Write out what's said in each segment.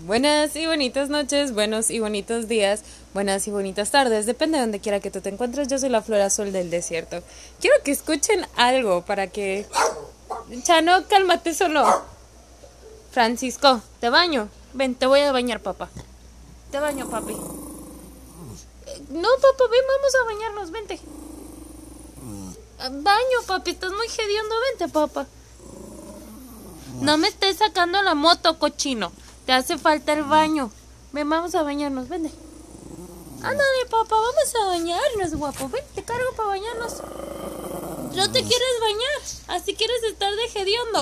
Buenas y bonitas noches, buenos y bonitos días, buenas y bonitas tardes, depende de donde quiera que tú te encuentres. Yo soy la flor azul del desierto. Quiero que escuchen algo para que... Chano, cálmate solo. Francisco, te baño. Ven, te voy a bañar, papá. Te baño, papi. No, papá, ven, vamos a bañarnos, vente. Baño, papi, estás muy hediondo, vente, papá. No me estés sacando la moto, cochino. Te hace falta el baño. Ven, vamos a bañarnos, vente. Ándale, papá, vamos a bañarnos, guapo. Ven, te cargo para bañarnos. ¿No te quieres bañar? ¿Así quieres estar de hediondo?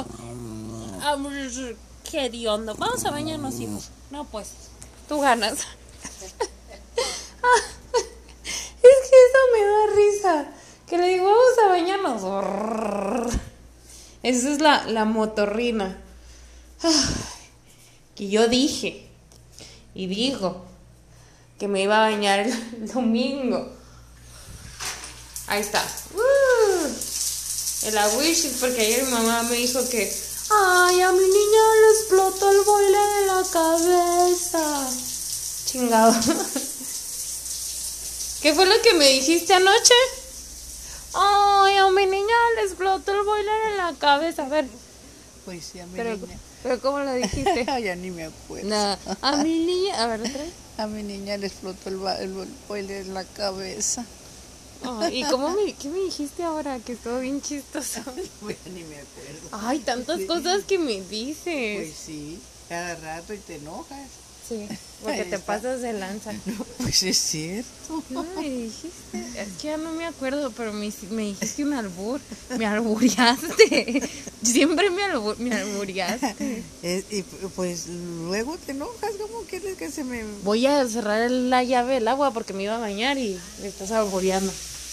Hediondo. Vamos a bañarnos, hijo. No, pues, tú ganas. Es que eso me da risa. Que le digo, vamos a bañarnos. Esa es la motorrina. Que yo dije y digo que me iba a bañar el domingo. Ahí está. El agüichis, porque ayer mi mamá me dijo que ay, a mi niña le explotó el boiler en la cabeza. Chingado. ¿Qué fue lo que me dijiste anoche? Ay, a mi niña le explotó el boiler en la cabeza. A ver. Pues sí, a mi niña. ¿Pero cómo lo dijiste? Ya ni me acuerdo. No, a mi niña, a ver, otra vez. A mi niña le explotó el boiler en la cabeza. Oh, ¿y qué me dijiste ahora? Que estuvo bien chistoso. Pues ni me acuerdo. Ay, tantas cosas que me dices. Pues sí, cada rato y te enojas. Sí, porque te pasas de lanza. No, pues es cierto. No, me dijiste, es que ya no me acuerdo, pero me dijiste un albur. Me albureaste. Siempre me albureaste. Y pues luego te enojas, ¿cómo quieres que se me...? Voy a cerrar la llave del agua porque me iba a bañar y me estás albureando.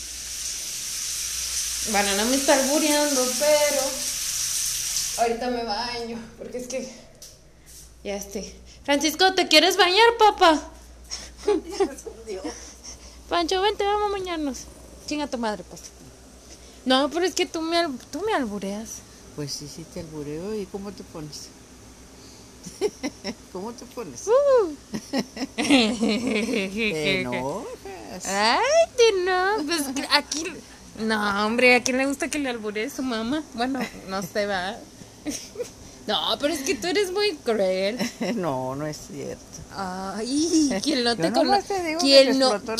Bueno, no me está albureando, pero ahorita me baño, porque es que ya Francisco, ¿te quieres bañar, papá? Pancho, vente, vamos a bañarnos. Chinga tu madre, pues. No, pero es que tú me albureas. Pues sí te albureo. ¿Y cómo te pones? ¿Cómo te pones? Te enojas. Ay, no, pues aquí... No, hombre, ¿a quién le gusta que le alburee su mamá? Bueno, no se va. No, pero es que tú eres muy cruel. No, no es cierto. Ay, ¿quién no te conoce? ¿Quién No, tú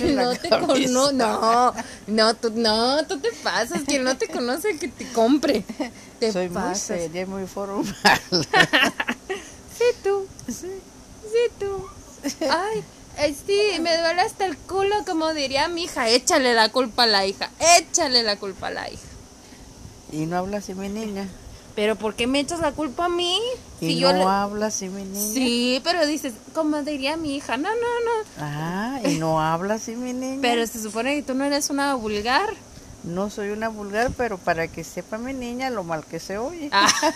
te pasas. Quien no te conoce, que te compre. Soy muy seria y muy formal. Sí, tú. Ay, sí, me duele hasta el culo, como diría mi hija. Échale la culpa a la hija. Y no hablas así, mi niña. ¿Pero por qué me echas la culpa a mí? Si y no hablas así, mi niña. Sí, pero dices, como diría mi hija, no. Y no hablas así, mi niña. Pero se supone que tú no eres una vulgar. No soy una vulgar, pero para que sepa mi niña lo mal que se oye.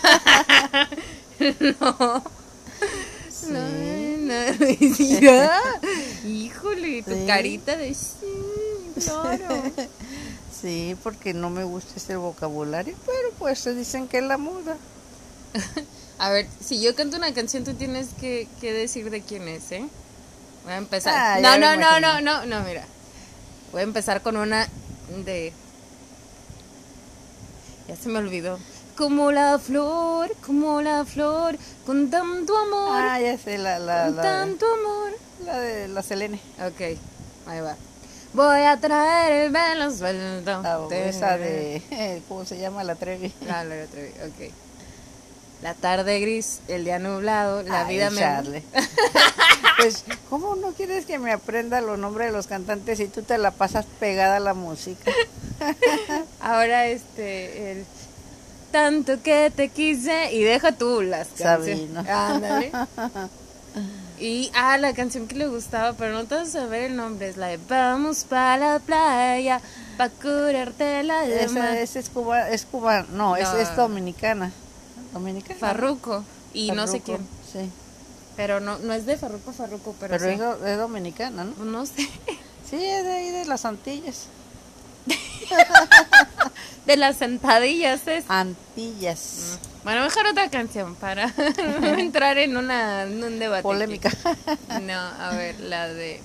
No. Sí. No. Híjole, tu carita de sí, claro. Sí, porque no me gusta ese vocabulario, pero pues se dicen que es la moda. A ver, si yo canto una canción, tú tienes que decir de quién es, ¿eh? Voy a empezar. No, mira. Voy a empezar con una de... Ya se me olvidó. Como la flor, con tanto amor. Ya sé, tanto amor. La de la Selene. Ok, ahí va. Voy a traer el velo suelto. Esa de... ¿Cómo se llama? La Trevi. La Trevi, ok. La tarde gris, el día nublado, la vida me... Pues, ¿cómo no quieres que me aprenda los nombres de los cantantes si tú te la pasas pegada a la música? Ahora el... Tanto que te quise y deja tú las canciones. Sabino. Ándale. Y, la canción que le gustaba, pero no te vas a saber el nombre, es la de Vamos para la playa, pa' curarte la alma. Esa es cubana, no. Es dominicana. ¿Dominicana? Farruko, y Farruko, no sé quién. Sí. Pero no es de Farruko, pero sí. Es dominicana, ¿no? No sé. Sí, es de ahí de las Antillas. De las sentadillas es. Antillas. Bueno, mejor otra canción para no entrar en un debate. Polémica. No, a ver, la de...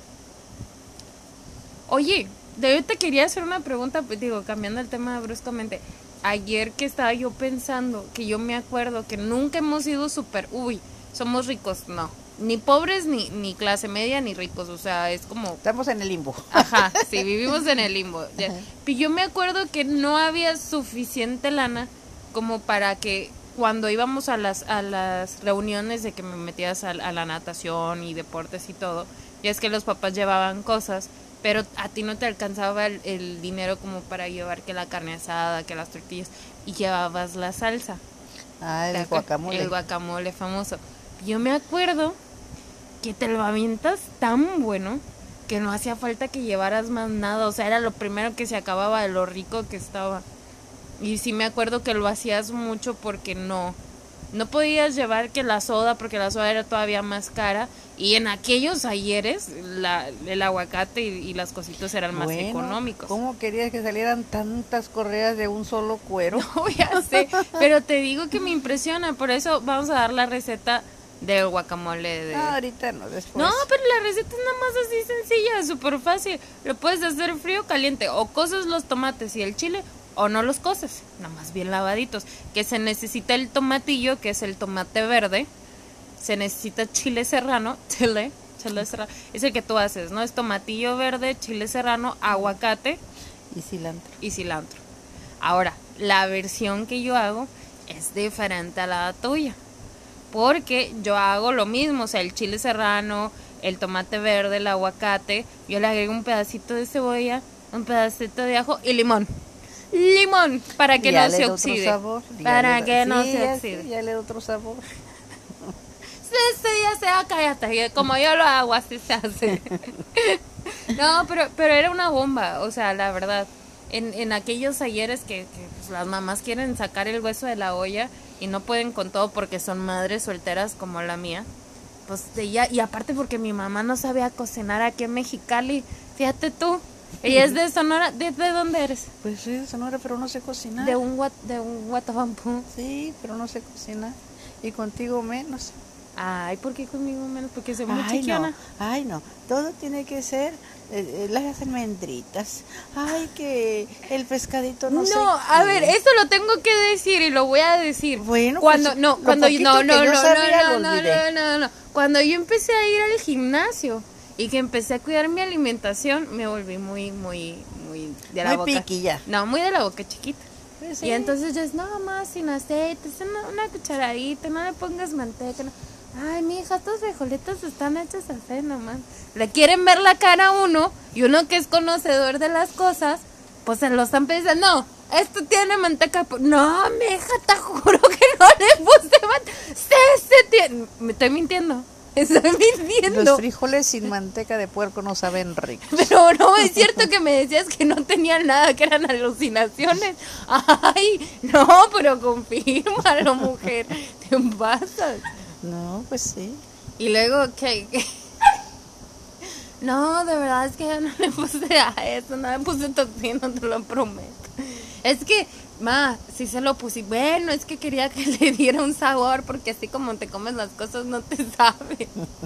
Oye, de hoy te quería hacer una pregunta, pues digo, cambiando el tema bruscamente. Ayer que estaba yo pensando, que yo me acuerdo que nunca hemos sido somos ricos, no. Ni pobres, ni clase media, ni ricos, o sea, es como... Estamos en el limbo. Ajá, sí, vivimos en el limbo. Y yo me acuerdo que no había suficiente lana como para que cuando íbamos a las reuniones de que me metías a la natación y deportes y todo, ya es que los papás llevaban cosas, pero a ti no te alcanzaba el dinero como para llevar que la carne asada, que las tortillas, y llevabas la salsa. Ah, el guacamole. El guacamole famoso. Yo me acuerdo que te lo avientas tan bueno que no hacía falta que llevaras más nada, o sea, era lo primero que se acababa de lo rico que estaba. Y sí me acuerdo que lo hacías mucho porque no podías llevar que la soda, porque la soda era todavía más cara, y en aquellos ayeres el aguacate y las cositas eran más económicos. ¿Cómo querías que salieran tantas correas de un solo cuero? No, ya sé, pero te digo que me impresiona, por eso vamos a dar la receta del guacamole. No, ahorita no, después. No, pero la receta es nada más así sencilla, súper fácil. Lo puedes hacer frío o caliente, o coces los tomates y el chile, o no los coces, nada más bien lavaditos. Que se necesita el tomatillo, que es el tomate verde. Se necesita chile serrano, chile serrano. Es el que tú haces, ¿no? Es tomatillo verde, chile serrano, aguacate y cilantro. Ahora, la versión que yo hago es diferente a la tuya. Porque yo hago lo mismo, o sea, el chile serrano, el tomate verde, el aguacate, yo le agrego un pedacito de cebolla, un pedacito de ajo y limón. Limón, para que no se oxide. Para que no se oxide. Ya le da otro sabor. Sí, ya sea, cállate, como yo lo hago, así se hace. No, pero era una bomba, o sea, la verdad. En aquellos ayeres que pues, las mamás quieren sacar el hueso de la olla y no pueden con todo porque son madres solteras como la mía, pues y aparte porque mi mamá no sabía cocinar aquí en Mexicali, fíjate tú, ella es de Sonora. ¿De dónde eres? Pues sí, de Sonora, pero no sé cocinar. De un Guatabampo. Sí, pero no sé cocinar, y contigo menos. Ay, ¿por qué conmigo menos? Porque soy muy chiquiana. Ay, no, todo tiene que ser las almendritas. Ay, que el pescadito no sé. No, a ver, eso lo tengo que decir y lo voy a decir. Bueno, cuando pues, no, cuando yo no, no. Cuando yo empecé a ir al gimnasio y que empecé a cuidar mi alimentación, me volví muy de la boca. Muy piquilla. No, muy de la boca chiquita. Pues sí. Y entonces yo es nada más sin aceite, una cucharadita, no le pongas manteca. No. Ay, mija, estos frijolitos están hechos así nomás. Le quieren ver la cara a uno, y uno que es conocedor de las cosas, pues se lo están pensando, no, esto tiene manteca. No, mija, te juro que no le puse manteca. Me estoy mintiendo. Estoy mintiendo. Los frijoles sin manteca de puerco no saben ricos. Pero no, es cierto que me decías que no tenían nada, que eran alucinaciones. Ay, no, pero confírmalo, mujer. Te pasas. No, pues sí. Y luego, ¿qué? No, de verdad es que ya no le puse a eso, no le puse tocino, te lo prometo. Es que, sí se lo puse. Bueno, es que quería que le diera un sabor, porque así como te comes las cosas no te saben.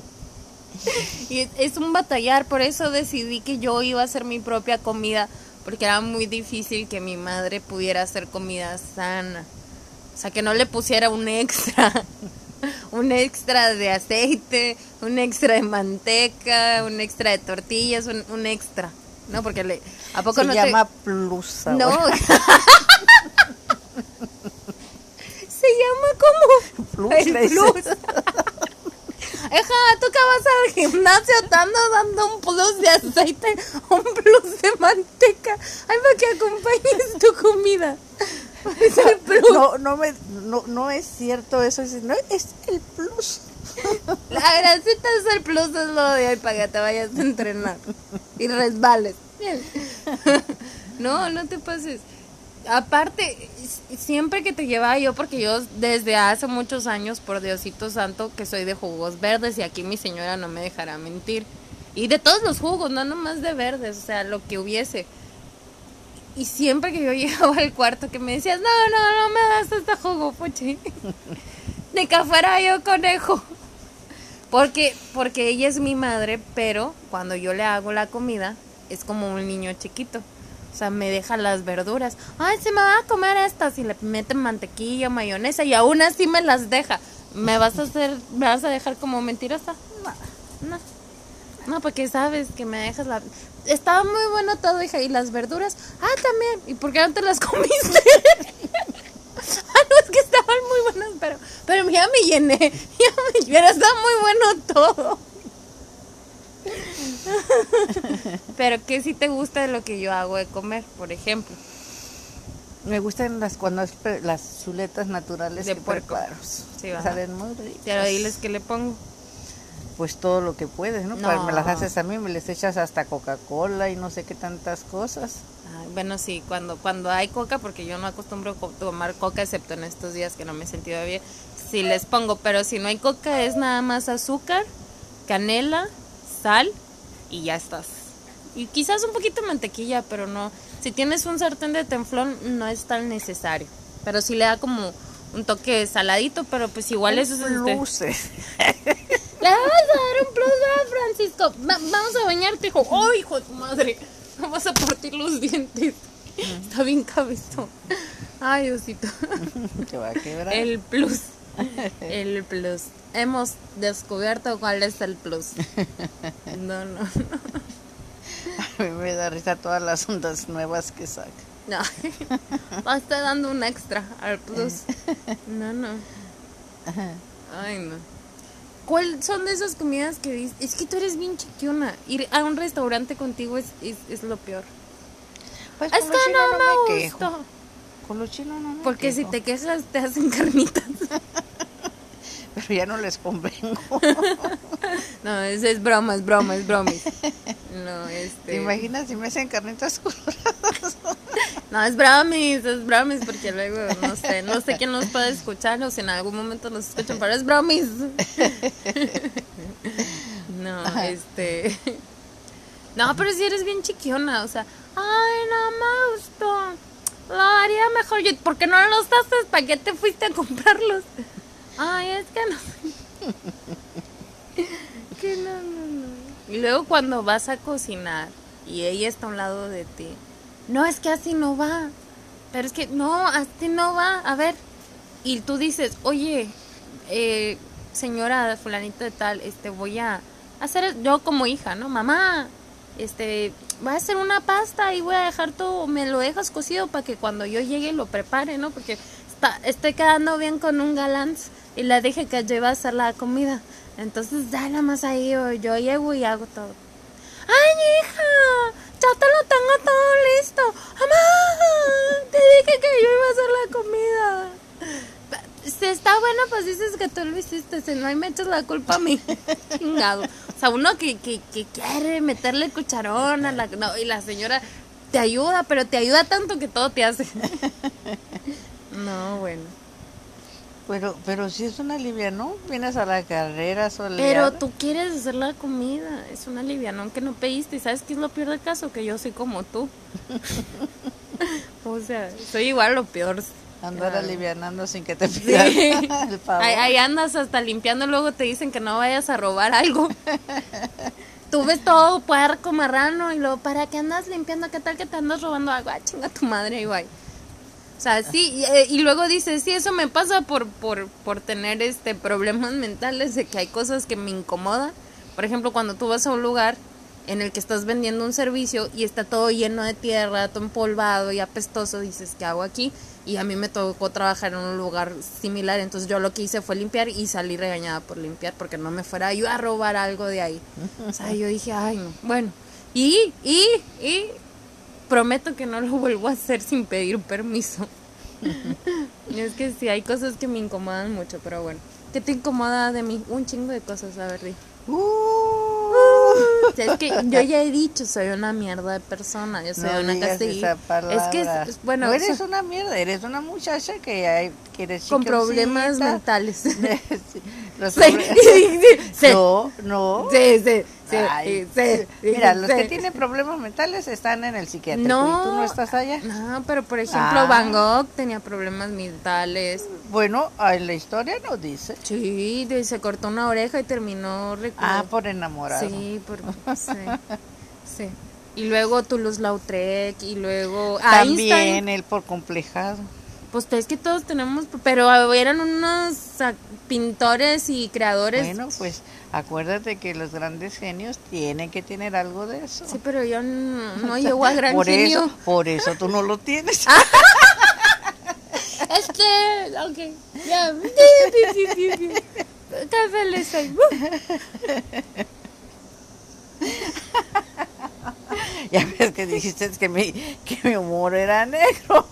Y es un batallar, por eso decidí que yo iba a hacer mi propia comida, porque era muy difícil que mi madre pudiera hacer comida sana. O sea, que no le pusiera un extra. Un extra de aceite, un extra de manteca, un extra de tortillas, un extra, ¿no? Porque ¿a poco se no llama plus ahora? No. Se llama como plus. El plus. Eja, tú que vas al gimnasio te ando dando un plus de aceite, un plus de manteca. Ay, para que acompañes tu comida. Es el plus. No es cierto eso, no, es el plus. La grasita es el plus, es lo de hoy para que te vayas a entrenar y resbales. No te pases. Aparte, siempre que te llevaba yo, porque yo desde hace muchos años, por Diosito Santo, que soy de jugos verdes, y aquí mi señora no me dejará mentir. Y de todos los jugos, no nomás de verdes, o sea, lo que hubiese. Y siempre que yo llegaba al cuarto que me decías, no me das este jugo, Puchi. Ni que fuera yo conejo. Porque ella es mi madre, pero cuando yo le hago la comida, es como un niño chiquito. O sea, me deja las verduras. Ay, se me va a comer estas. Y le meten mantequilla, mayonesa, y aún así me las deja. ¿Me vas a dejar como mentirosa? No, porque sabes que me dejas la... Estaba muy bueno todo, hija. ¿Y las verduras? Ah, también. ¿Y por qué no te las comiste? No, es que estaban muy buenas, pero ya me llené. Pero estaba muy bueno todo. Pero ¿qué sí te gusta de lo que yo hago de comer, por ejemplo? Me gustan las chuletas naturales De que puerco. preparo. Sí, va. Salen muy ricas. Pero diles que le pongo. Pues todo lo que puedes, ¿no? No. Pues me las haces a mí, me les echas hasta Coca-Cola y no sé qué tantas cosas. Ay, bueno, sí, cuando hay coca, porque yo no acostumbro tomar coca, excepto en estos días que no me he sentido bien, sí les pongo, pero si no hay coca es nada más azúcar, canela, sal y ya estás. Y quizás un poquito de mantequilla, pero no. Si tienes un sartén de teflón no es tan necesario, pero sí le da como un toque saladito, pero pues igual eso es luces. Le vas a dar un plus a Francisco. Vamos a bañarte, hijo. ¡Oh, hijo de tu madre! Vamos a partir los dientes. Está bien cabezón. Ay, Diosito. Te va a quebrar. El plus. El plus. Hemos descubierto cuál es el plus. No. A mí me da risa todas las ondas nuevas que saca. No. Va a estar dando un extra al plus. No. Ay, no. ¿Cuál son de esas comidas que dices? Es que tú eres bien chiquiona. Ir a un restaurante contigo es lo peor. Pues es que no me quejo. gustó. Con los chinos no me Porque quejo. si te quejas te hacen carnitas. Pero ya no les convengo. No, es broma. No, ¿Te imaginas si me hacen carnitas coloradas? No, es bromis, porque luego, no sé quién los puede escuchar o si en algún momento los escuchan, pero es bromis. No, No, pero si eres bien chiquiona, o sea, ay, no me gustó. Lo haría mejor yo, ¿por qué no los haces? ¿Para qué te fuiste a comprarlos? Ay, es que no. Que no. Y luego cuando vas a cocinar y ella está a un lado de ti, no, es que así no va. Pero es que no, así no va. A ver, y tú dices, oye, señora fulanita de tal, voy a hacer, yo como hija, ¿no? Mamá, voy a hacer una pasta y voy a dejar todo, me lo dejas cocido para que cuando yo llegue lo prepare, ¿no? Porque estoy quedando bien con un galán y le dije que yo iba a hacer la comida. Entonces, ya nada más ahí yo llego y hago todo. ¡Ay, hija! Ya te lo tengo todo listo. ¡Mamá! Te dije que yo iba a hacer la comida. Si está bueno, pues dices que tú lo hiciste. Si no, ahí me echas la culpa a mí. Chingado. O sea, uno que quiere meterle cucharón a la... No, y la señora te ayuda, pero te ayuda tanto que todo te hace. No, bueno. Pero si es una livianón, vienes a la carrera soleada. Pero tú quieres hacer la comida, es una livianón que no pediste. ¿Y sabes qué es lo peor del caso? Que yo soy como tú. O sea, soy igual lo peor. Andar alivianando sin que te pidan el favor. Ahí andas hasta limpiando, luego te dicen que no vayas a robar algo. Tú ves todo puerco, marrano, y luego, ¿para qué andas limpiando? ¿Qué tal que te andas robando algo? Ah, chinga tu madre, ahí va. O sea, sí, y luego dices, sí, eso me pasa por tener problemas mentales de que hay cosas que me incomodan. Por ejemplo, cuando tú vas a un lugar en el que estás vendiendo un servicio y está todo lleno de tierra, todo empolvado y apestoso, dices, ¿qué hago aquí? Y a mí me tocó trabajar en un lugar similar, entonces yo lo que hice fue limpiar y salí regañada por limpiar porque no me fuera yo a robar algo de ahí. O sea, yo dije, ay, no. Bueno, y prometo que no lo vuelvo a hacer sin pedir permiso. Es que sí, hay cosas que me incomodan mucho, pero bueno. ¿Qué te incomoda de mí? Un chingo de cosas, a ver, di. O sea, es que yo ya he dicho, soy una mierda de persona, yo soy una castilla. Es que, bueno, no eres una mierda, eres una muchacha que eres con problemas mentales. Sí. No. No. Sí, Ay, mira, los que tienen problemas mentales están en el psiquiátrico. No, ¿Y tú no estás allá? No, pero por ejemplo Van Gogh tenía problemas mentales. Bueno, en la historia no dice. Sí, se cortó una oreja y terminó por enamorado. Sí, sí, sí. Y luego Toulouse-Lautrec y luego también Einstein. Él por complejado. Pues es que todos tenemos, pero eran unos pintores y creadores. Bueno, pues acuérdate que los grandes genios tienen que tener algo de eso. Sí, pero yo no llego a gran genio. Por eso tú no lo tienes. Ok, ya. Qué feliz soy. Ya ves que dijiste que mi humor era negro.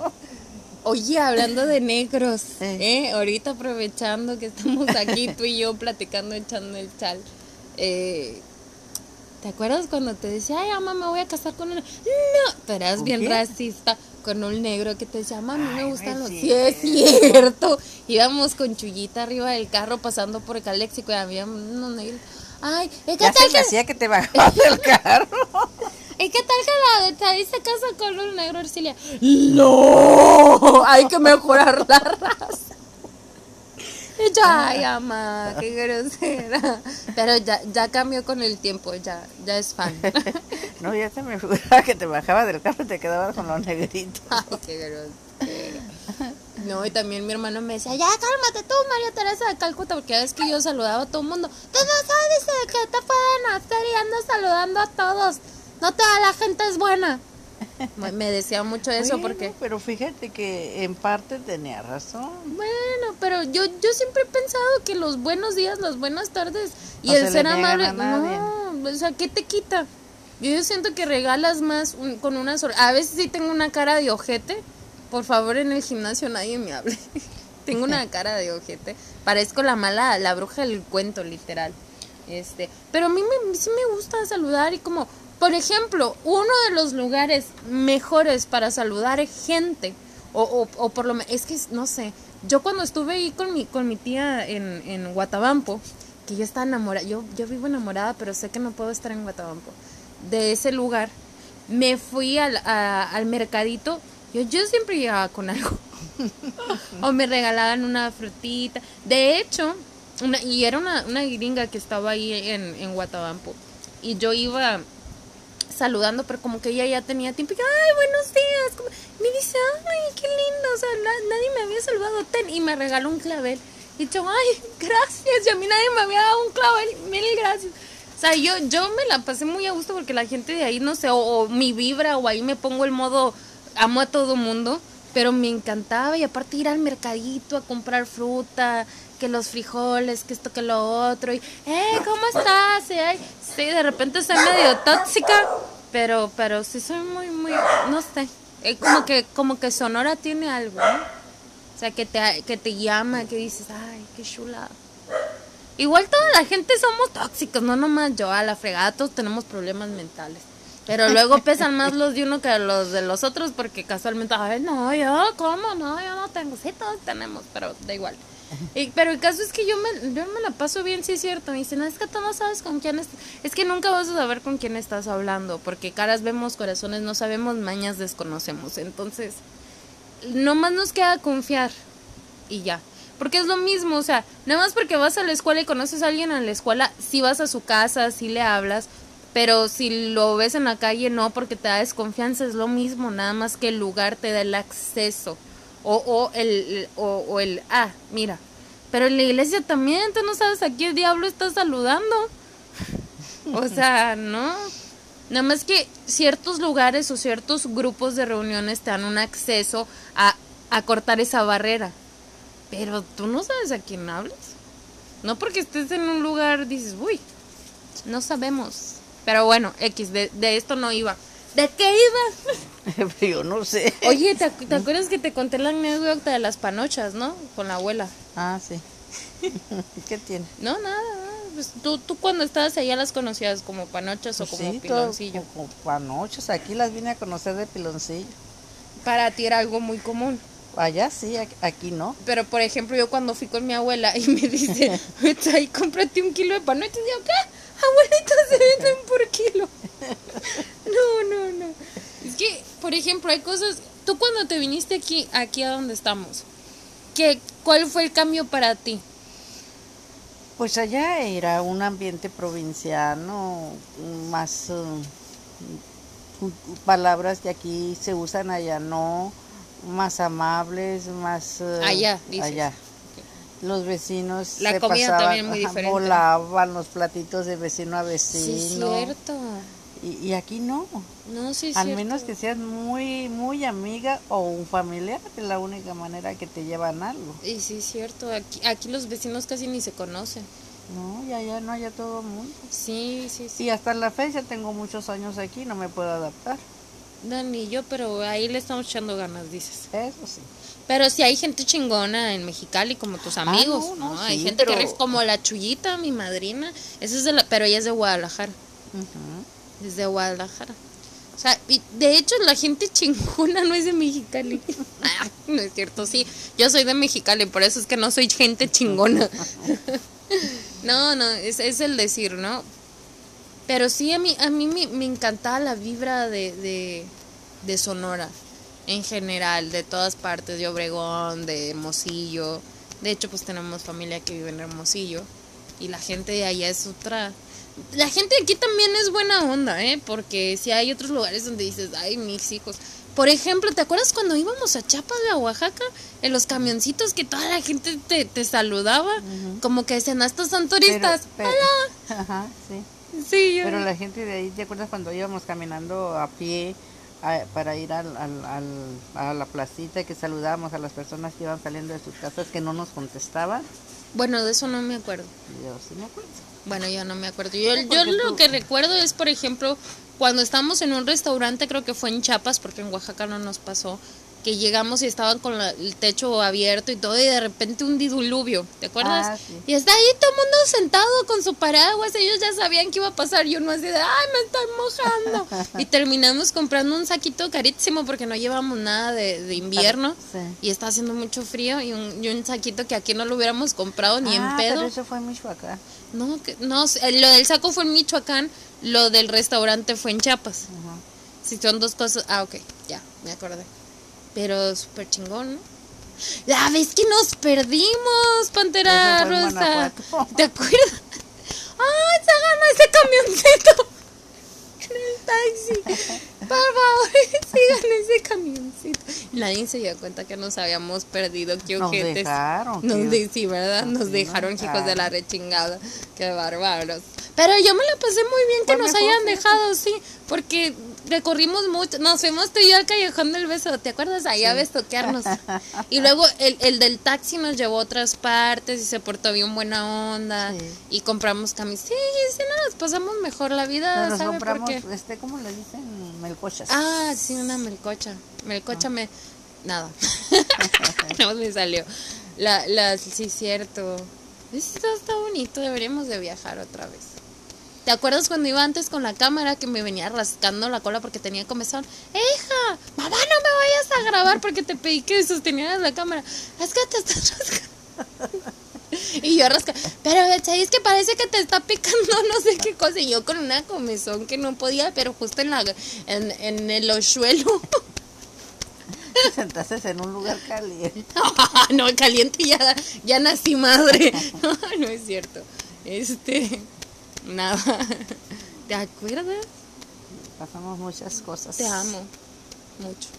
Oye, hablando de negros, ahorita aprovechando que estamos aquí tú y yo platicando, echando el chal, ¿te acuerdas cuando te decía, ay, mamá, me voy a casar con un... No, tú eras bien racista, con un negro que te decía, mamá, a mí me gustan los... Sí, es cierto. Íbamos con Chuyita arriba del carro pasando por Caléxico y había unos negros. Ay, ¿qué tal que hacía que te bajabas del carro? ¿Y qué tal que ahí se casa con un negro, Ercilia? ¡No! Hay que mejorar la raza. Y ya, ay, mamá, qué grosera. Pero ya cambió con el tiempo, ya es fan. No, ya se me figuraba que te bajabas del carro y te quedabas con los negritos. Ay, qué grosera. No, y también mi hermano me decía, ya cálmate tú, María Teresa de Calcuta, porque ya ves que yo saludaba a todo el mundo. Tú no sabes de qué te pueden hacer y andas saludando a todos. No toda la gente es buena. Me decía mucho eso porque... Pero fíjate que en parte tenía razón. Bueno, pero yo siempre he pensado que los buenos días, las buenas tardes y el ser amable... No, o sea, ¿qué te quita? Yo siento que regalas más con una sola... A veces sí tengo una cara de ojete. Por favor, en el gimnasio nadie me hable. Tengo una cara de ojete. Parezco la bruja del cuento, literal. Pero a mí sí me gusta saludar y como... Por ejemplo, uno de los lugares mejores para saludar gente, o por lo menos, es que no sé, yo cuando estuve ahí con mi tía en Guatabampo, que yo estaba enamorada, yo vivo enamorada, pero sé que no puedo estar en Guatabampo, de ese lugar, me fui al mercadito, yo siempre llegaba con algo, o me regalaban una frutita, de hecho, y era una gringa que estaba ahí en Guatabampo, y yo iba... saludando, pero como que ella ya tenía tiempo y ay, buenos días, me dice, ay, qué lindo, o sea, nadie me había saludado, y me regaló un clavel, y yo, ay, gracias, y a mí nadie me había dado un clavel, mil gracias, o sea, yo me la pasé muy a gusto porque la gente de ahí, no sé, o mi vibra, o ahí me pongo el modo, amo a todo mundo, pero me encantaba, y aparte ir al mercadito a comprar fruta, que los frijoles, que esto, que lo otro, y, ¿cómo estás? Sí, de repente soy medio tóxica, pero sí soy muy, no sé, como que Sonora tiene algo, ¿no? O sea, que te llama, que dices, ay, qué chulada. Igual toda la gente somos tóxicos, no nomás yo, a la fregada, todos tenemos problemas mentales. Pero luego pesan más los de uno que los de los otros, porque casualmente, ay, no, ¿cómo? No, yo no tengo, sí, todos tenemos, pero da igual. Pero el caso es que yo me la paso bien, sí es cierto. Me dicen, es que tú no sabes con quién estás. Es que nunca vas a saber con quién estás hablando, porque caras vemos, corazones no sabemos, mañas desconocemos. Entonces, nomás nos queda confiar y ya. Porque es lo mismo, o sea, nada más porque vas a la escuela y conoces a alguien en la escuela, sí vas a su casa, sí le hablas, pero si lo ves en la calle, no, porque te da desconfianza, es lo mismo, nada más que el lugar te da el acceso. Mira, pero en la iglesia también, tú no sabes a qué diablo estás saludando. O sea, no. Nada más que ciertos lugares o ciertos grupos de reuniones te dan un acceso a cortar esa barrera. Pero tú no sabes a quién hablas. No porque estés en un lugar dices, uy, no sabemos. Pero bueno, de esto no iba. ¿De qué iba? Yo no sé. Oye, ¿te acuerdas que te conté la anécdota de las panochas, no? Con la abuela. Ah, sí. ¿Qué tiene? No, nada. Pues tú cuando estabas allá las conocías como panochas pues o como sí, piloncillo. Como panochas, aquí las vine a conocer de piloncillo. Para ti era algo muy común. Allá sí, aquí no. Pero por ejemplo, yo cuando fui con mi abuela y me dice, ahí cómprate 1 kilo de panochas, y yo, ¿qué? Abuelitos se venden por kilo. No. Es que, por ejemplo, hay cosas... Tú cuando te viniste aquí a donde estamos, ¿cuál fue el cambio para ti? Pues allá era un ambiente provinciano, más palabras que aquí se usan, allá no, más amables, más... Allá, dices. Allá. Los vecinos La se comida pasaban, también muy diferente. volaban los platitos de vecino a vecino. Sí, cierto. Y aquí no. No, sí, Al cierto. menos que seas muy, muy amiga o un familiar, es la única manera que te llevan algo. Y sí, cierto. Aquí los vecinos casi ni se conocen. No, ya no, ya todo el mundo. Sí. Y hasta la fecha tengo muchos años aquí, no me puedo adaptar. No, ni yo, pero ahí le estamos echando ganas, dices. Eso sí. Pero sí hay gente chingona en Mexicali, como tus amigos, no, hay sí, gente pero... que como la Chuyita, mi madrina, esa es pero ella es de Guadalajara. Es de Guadalajara. O sea, y de hecho la gente chingona no es de Mexicali. No es cierto, sí. Yo soy de Mexicali, por eso es que no soy gente chingona. No, es el decir, ¿no? Pero sí, a mí me encantaba la vibra de Sonora, en general, de todas partes, de Obregón, de Hermosillo. De hecho, pues tenemos familia que vive en Hermosillo. Y la gente de allá es otra... La gente de aquí también es buena onda, porque si hay otros lugares donde dices, ay, mis hijos. Por ejemplo, ¿te acuerdas cuando íbamos a Chiapas, a Oaxaca? En los camioncitos que toda la gente te saludaba. Como que decían, estos son turistas. ¡Hola! Ajá, sí. Sí, Pero la gente de ahí, ¿te acuerdas cuando íbamos caminando a pie para ir a la placita, que saludábamos a las personas que iban saliendo de sus casas que no nos contestaban? Bueno, de eso no me acuerdo. Yo sí me acuerdo. Bueno, yo no me acuerdo. Yo lo que recuerdo es, por ejemplo, cuando estábamos en un restaurante, creo que fue en Chiapas, porque en Oaxaca no nos pasó, que llegamos y estaban con el techo abierto y todo, y de repente un diluvio, ¿te acuerdas? Ah, sí. Y está ahí todo el mundo sentado con su paraguas, ellos ya sabían que iba a pasar, yo no así de, ¡ay, me estoy mojando! Y terminamos comprando un saquito carísimo porque no llevamos nada de invierno, Sí. y está haciendo mucho frío, y un saquito que aquí no lo hubiéramos comprado ni en pedo. Pero eso fue en Michoacán. No, lo del saco fue en Michoacán, lo del restaurante fue en Chiapas. Si son dos cosas, ok, ya, me acordé. Pero súper chingón, ¿no? La vez que nos perdimos, Pantera Rosa. ¿Te acuerdas? ¡Ay, se ganó ese camioncito! En el taxi. Por favor, sigan ese camioncito. Nadie se dio cuenta que nos habíamos perdido. Qué ojetes. Sí, ¿verdad? Nos dejaron, hijos de la rechingada. Qué bárbaros. Pero yo me la pasé muy bien que nos hayan dejado, sí. Porque recorrimos mucho. Nos fuimos tú y yo al Callejón del Beso. ¿Te acuerdas? Ahí a bestoquearnos. Y luego el del taxi nos llevó a otras partes y se portó bien buena onda. Sí. Y compramos camisas. Sí, nos pasamos mejor la vida. Nos ¿sabe compramos, por qué? ¿cómo le dicen? Melcochas. Ah, sí, una melcocha. Melcocha nada. No me salió. Sí, cierto. Esto está bonito, deberíamos de viajar otra vez. ¿Te acuerdas cuando iba antes con la cámara que me venía rascando la cola porque tenía comezón? ¡Hija! ¡Mamá, no me vayas a grabar porque te pedí que sostenieras la cámara! Es que te estás rascando. Y yo rascando. Pero es que parece que te está picando no sé qué cosa. Y yo con una comezón que no podía, pero justo en el hochuelo. Te sentaste en un lugar caliente. No, caliente ya nací madre. No es cierto. Nada. ¿Te acuerdas? Pasamos muchas cosas. Te amo. Mucho.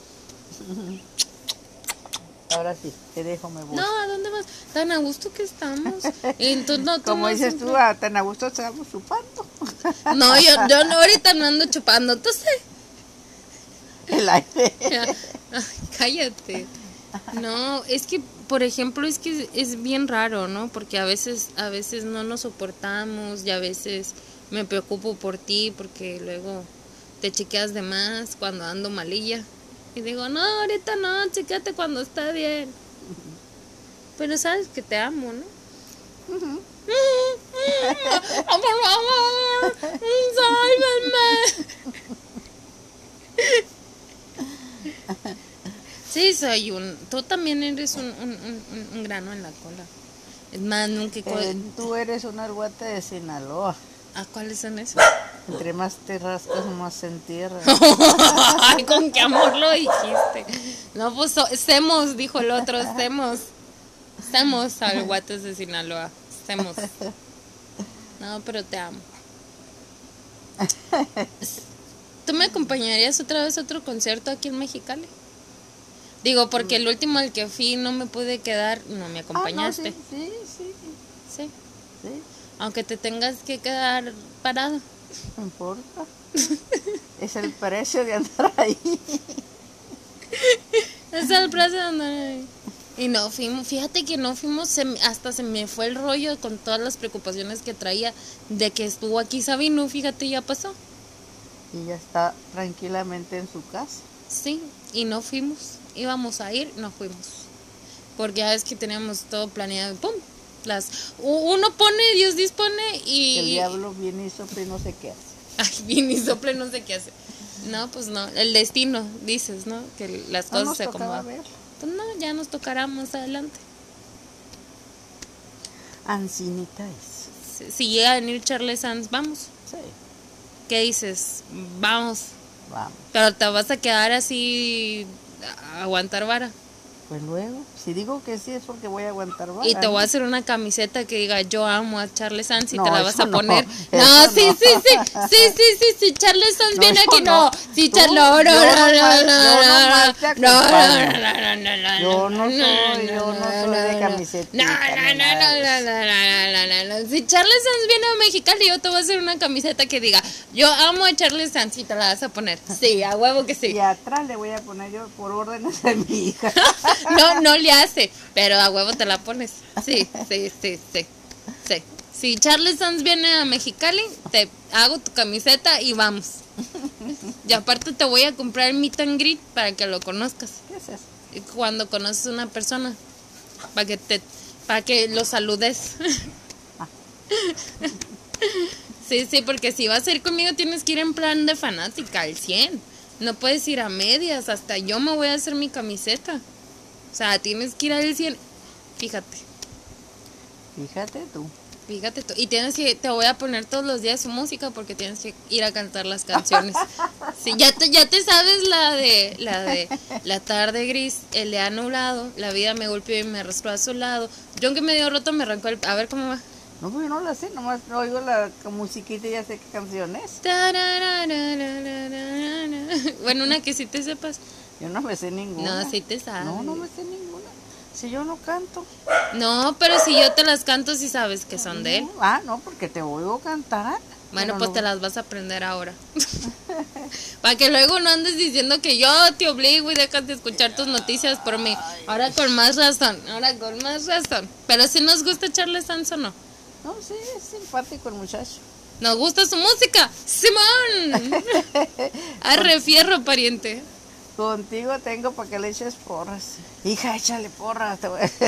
Ahora sí, te dejo, me voy. No, ¿a dónde vas? Tan a gusto que estamos. Entonces, no, como dices tú, tan a gusto estamos chupando. No, yo no, ahorita no ando chupando, tú sé. El aire. Ay, cállate. No, es que, por ejemplo, es que es bien raro, ¿no? Porque a veces no nos soportamos y a veces me preocupo por ti porque luego te chequeas de más cuando ando malilla. Y digo, no, ahorita no, chécate cuando está bien. Pero sabes que te amo, ¿no? Por favor, sálvenme. Sí, tú también eres un grano en la cola. Es más, nunca... Tú eres un arguate de Sinaloa. ¿A cuáles son esos? Entre más te rascas, más se entierra. Ay, con qué amor lo dijiste. No, pues semos, dijo el otro, semos. Semos al Guates de Sinaloa. Semos. No, pero te amo. ¿Tú me acompañarías otra vez a otro concierto aquí en Mexicali? Digo, porque el último al que fui no me pude quedar, no me acompañaste. No, sí. Sí. Aunque te tengas que quedar parado. No importa. Es el precio de andar ahí. Es el precio de andar ahí. Y no fuimos, fíjate que no fuimos, hasta se me fue el rollo con todas las preocupaciones que traía de que estuvo aquí Sabino, fíjate, ya pasó. Y ya está tranquilamente en su casa. Sí, y no fuimos, íbamos a ir, no fuimos. Porque ya es que teníamos todo planeado, ¡pum! Uno pone, Dios dispone y... El diablo viene y sopla y no sé qué hace. Ay, viene y sopla y no sé qué hace. No, pues no, el destino, dices, ¿no? Que las cosas se acomodan. Pues no, ya nos tocará más adelante. Ancinita es. Si llega a venir Charles Sanz, vamos. Sí. ¿Qué dices? Vamos. Vamos. Pero te vas a quedar así a aguantar vara. Pues luego, si digo que sí es porque voy a aguantar vara. Y te voy a hacer una camiseta que diga yo amo a Charles Sanz y no, te la vas a poner. No, no, sí, Charles Sanz no, viene aquí, no. Sí, Charles, no, yo no soy de camiseta. No. Si Charles Sanz viene a Mexicali, yo te voy a hacer una camiseta que diga yo amo a Charles Sanz y te la vas a poner. Sí, a huevo que sí. Y atrás le voy a poner yo por órdenes de mi hija. No le hace, pero a huevo te la pones. Sí. Si Charles Sanz viene a Mexicali, te hago tu camiseta y vamos. Y aparte te voy a comprar el meet and greet para que lo conozcas. ¿Qué es eso? Y cuando conoces a una persona, para que lo saludes. Sí, porque si vas a ir conmigo tienes que ir en plan de fanática, al 100. No puedes ir a medias, hasta yo me voy a hacer mi camiseta. O sea, tienes que ir al 100. Fíjate tú. Y te voy a poner todos los días su música porque tienes que ir a cantar las canciones. Sí, ya te sabes la de la tarde gris, el día nublado, la vida me golpeó y me arrastró a su lado. Yo aunque medio roto me arrancó a ver cómo va. No, pues yo no la sé, nomás oigo la musiquita y ya sé qué canción es. Bueno, una que sí te sepas. Yo no me sé ninguna. No, sí te sabes. No me sé ninguna. Si yo no canto. No, pero si yo te las canto, sí sabes que son de él. No, porque te oigo cantar. Bueno, pues te las vas a aprender ahora. Para que luego no andes diciendo que yo te obligo y dejas de escuchar tus noticias por mí. Ahora con más razón. Pero si nos gusta Charles Sanz o no. No, sí, es simpático el muchacho. ¿Nos gusta su música? ¡Simón! Arre fierro, pariente. Contigo tengo para que le eches porras. Hija, échale porras.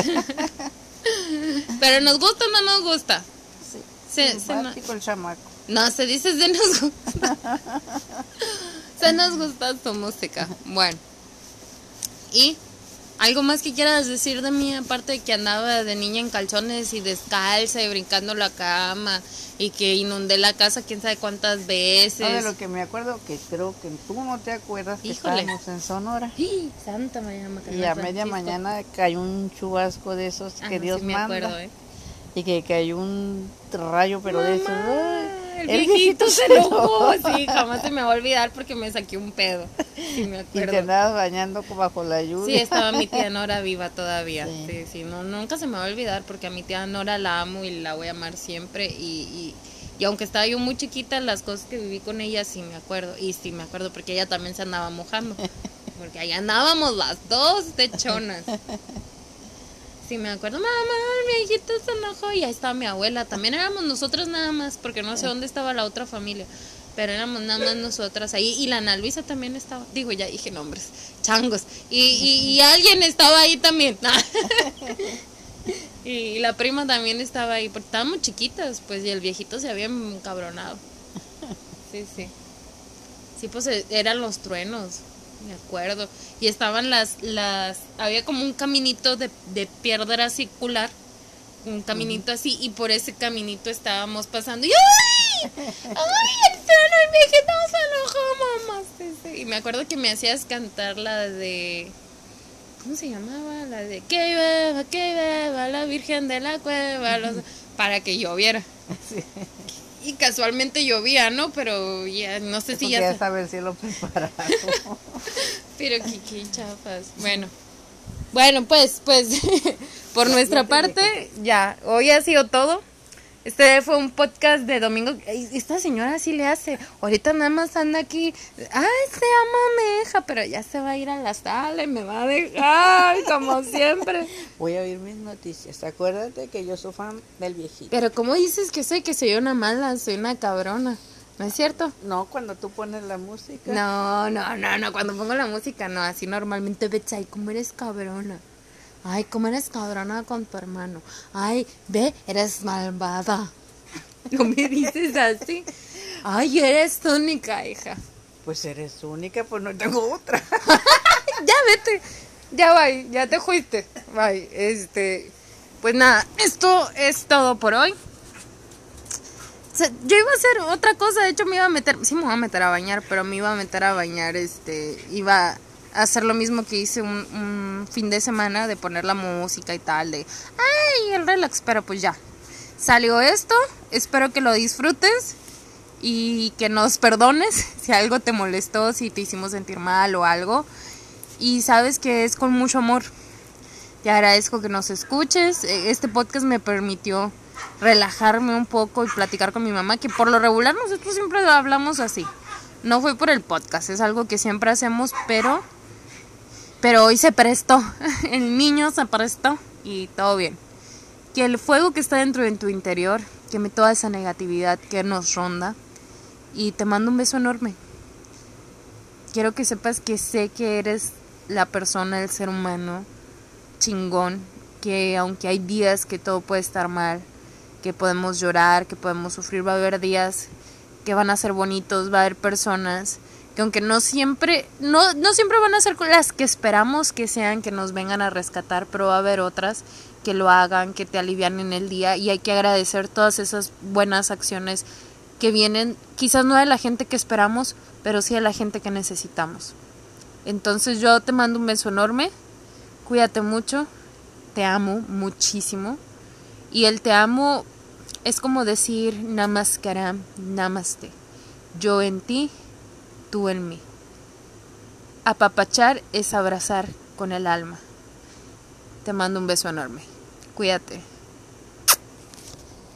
¿Pero nos gusta o no nos gusta? Sí, simpático el chamaco. No, se dice se nos gusta. Se nos gusta tu música. Bueno. ¿Y algo más que quieras decir de mí? Aparte de que andaba de niña en calzones y descalza y brincando la cama y que inundé la casa quién sabe cuántas veces. No, de lo que me acuerdo, que creo que tú no te acuerdas, que estábamos en Sonora. Santa María y a media mañana cayó un chubasco de esos que Dios manda. Acuerdo, Y que cayó un rayo, pero de esos. El viejito se enojó. Sí, jamás se me va a olvidar porque me saqué un pedo. Sí, me acuerdo. Y te andabas bañando bajo la lluvia. Sí, estaba mi tía Nora viva todavía. Sí, no, nunca se me va a olvidar porque a mi tía Nora la amo y la voy a amar siempre. Y aunque estaba yo muy chiquita, las cosas que viví con ella sí me acuerdo. Y sí me acuerdo porque ella también se andaba mojando. Porque allá andábamos las dos de chonas. Sí, me acuerdo, mamá, el viejito se enojó. Y ahí estaba mi abuela. También éramos nosotras nada más, porque no sé dónde estaba la otra familia. Pero éramos nada más nosotras ahí. Y la Ana Luisa también estaba. Digo, ya dije nombres, changos. Y alguien estaba ahí también. Y la prima también estaba ahí, porque estábamos chiquitas, pues, y el viejito se había encabronado. Sí. Sí, pues eran los truenos. Me acuerdo. Y estaban había como un caminito de piedra circular un caminito así, y por ese caminito estábamos pasando. Y ¡ay! ¡Ay! El viejito se enojó, mamá. Y me acuerdo que me hacías cantar la de... ¿Cómo se llamaba? La de que beba la Virgen de la Cueva, para que lloviera. Sí. Y casualmente llovía, ¿no? Pero ya no sé si ya estaba el cielo preparado. Pero qué chafas. Bueno, pues por nuestra parte, ya, hoy ha sido todo. Este fue un podcast de domingo. Esta señora sí le hace. Ahorita nada más anda aquí. Ay, se llama Meja, pero ya se va a ir a la sala y me va a dejar, como siempre. Voy a oír mis noticias. Acuérdate que yo soy fan del viejito. Pero ¿cómo dices que soy una mala? Soy una cabrona. ¿No es cierto? No, cuando tú pones la música. No. Cuando pongo la música, no. Así normalmente, Betsy, ¿cómo eres cabrona? Ay, ¿cómo eres cabrona con tu hermano? Ay, ve, eres malvada. No me dices así. Ay, eres única, hija. Pues eres única, pues no tengo otra. Ya vete. Ya bye, ya te fuiste. Bye. Pues nada, esto es todo por hoy. Yo iba a hacer otra cosa, de hecho me iba a meter, sí me voy a meter a bañar, pero me iba a meter a bañar, iba a hacer lo mismo que hice un fin de semana, de poner la música y tal, de ay, el relax, pero pues ya, salió esto, espero que lo disfrutes y que nos perdones si algo te molestó, si te hicimos sentir mal o algo, y sabes que es con mucho amor. Te agradezco que nos escuches, este podcast me permitió relajarme un poco y platicar con mi mamá, que por lo regular nosotros siempre hablamos así. No fue por el podcast, es algo que siempre hacemos, pero hoy se prestó, el niño se prestó y todo bien. Que el fuego que está dentro de tu interior, queme toda esa negatividad que nos ronda, y te mando un beso enorme. Quiero que sepas que sé que eres la persona, el ser humano chingón, que aunque hay días que todo puede estar mal, que podemos llorar, que podemos sufrir, va a haber días que van a ser bonitos, va a haber personas que aunque no siempre van a ser las que esperamos que sean, que nos vengan a rescatar, pero va a haber otras que lo hagan, que te alivianen el día, y hay que agradecer todas esas buenas acciones que vienen, quizás no de la gente que esperamos, pero sí de la gente que necesitamos. Entonces yo te mando un beso enorme, cuídate mucho, te amo muchísimo. Y el te amo es como decir namaskaram, namaste. Yo en ti, tú en mí. Apapachar es abrazar con el alma. Te mando un beso enorme. Cuídate.